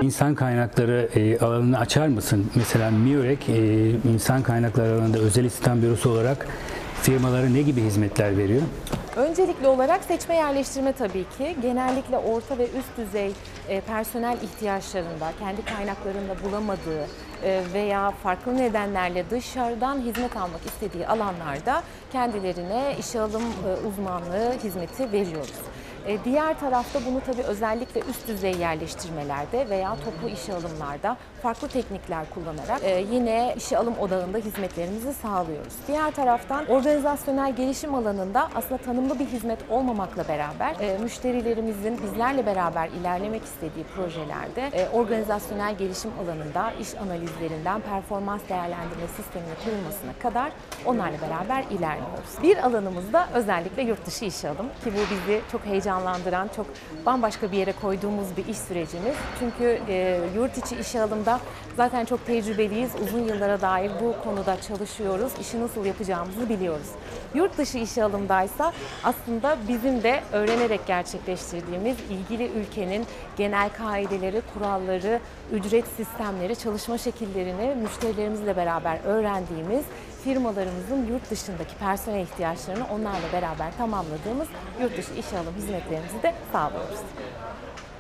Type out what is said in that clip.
insan kaynakları alanını açar mısın? Mesela MIOREK insan kaynakları alanında özel istihdam bürosu olarak firmalara ne gibi hizmetler veriyor? Öncelikli olarak seçme yerleştirme tabii ki. Genellikle orta ve üst düzey personel ihtiyaçlarında, kendi kaynaklarında bulamadığı veya farklı nedenlerle dışarıdan hizmet almak istediği alanlarda kendilerine işe alım uzmanlığı hizmeti veriyoruz. Diğer tarafta bunu tabii özellikle üst düzey yerleştirmelerde veya toplu işe alımlarda farklı teknikler kullanarak yine işe alım odağında hizmetlerimizi sağlıyoruz. Diğer taraftan organizasyonel gelişim alanında aslında tanımlı bir hizmet olmamakla beraber müşterilerimizin bizlerle beraber ilerlemek istediği projelerde organizasyonel gelişim alanında iş analizlerinden performans değerlendirme sisteminin kurulmasına kadar onlarla beraber ilerliyoruz. Bir alanımız da özellikle yurt dışı işe alım ki bu bizi çok heyecanlandıran, çok bambaşka bir yere koyduğumuz bir iş sürecimiz. Çünkü yurt içi işe alımda zaten çok tecrübeliyiz. Uzun yıllara dair bu konuda çalışıyoruz. İşi nasıl yapacağımızı biliyoruz. Yurt dışı işe alımdaysa aslında bizim de öğrenerek gerçekleştirdiğimiz ilgili ülkenin genel kaideleri, kuralları, ücret sistemleri, çalışma şekillerini müşterilerimizle beraber öğrendiğimiz firmalarımızın yurt dışındaki personel ihtiyaçlarını onlarla beraber tamamladığımız yurt dışı işe alım hizmetlerimizi de sağlıyoruz.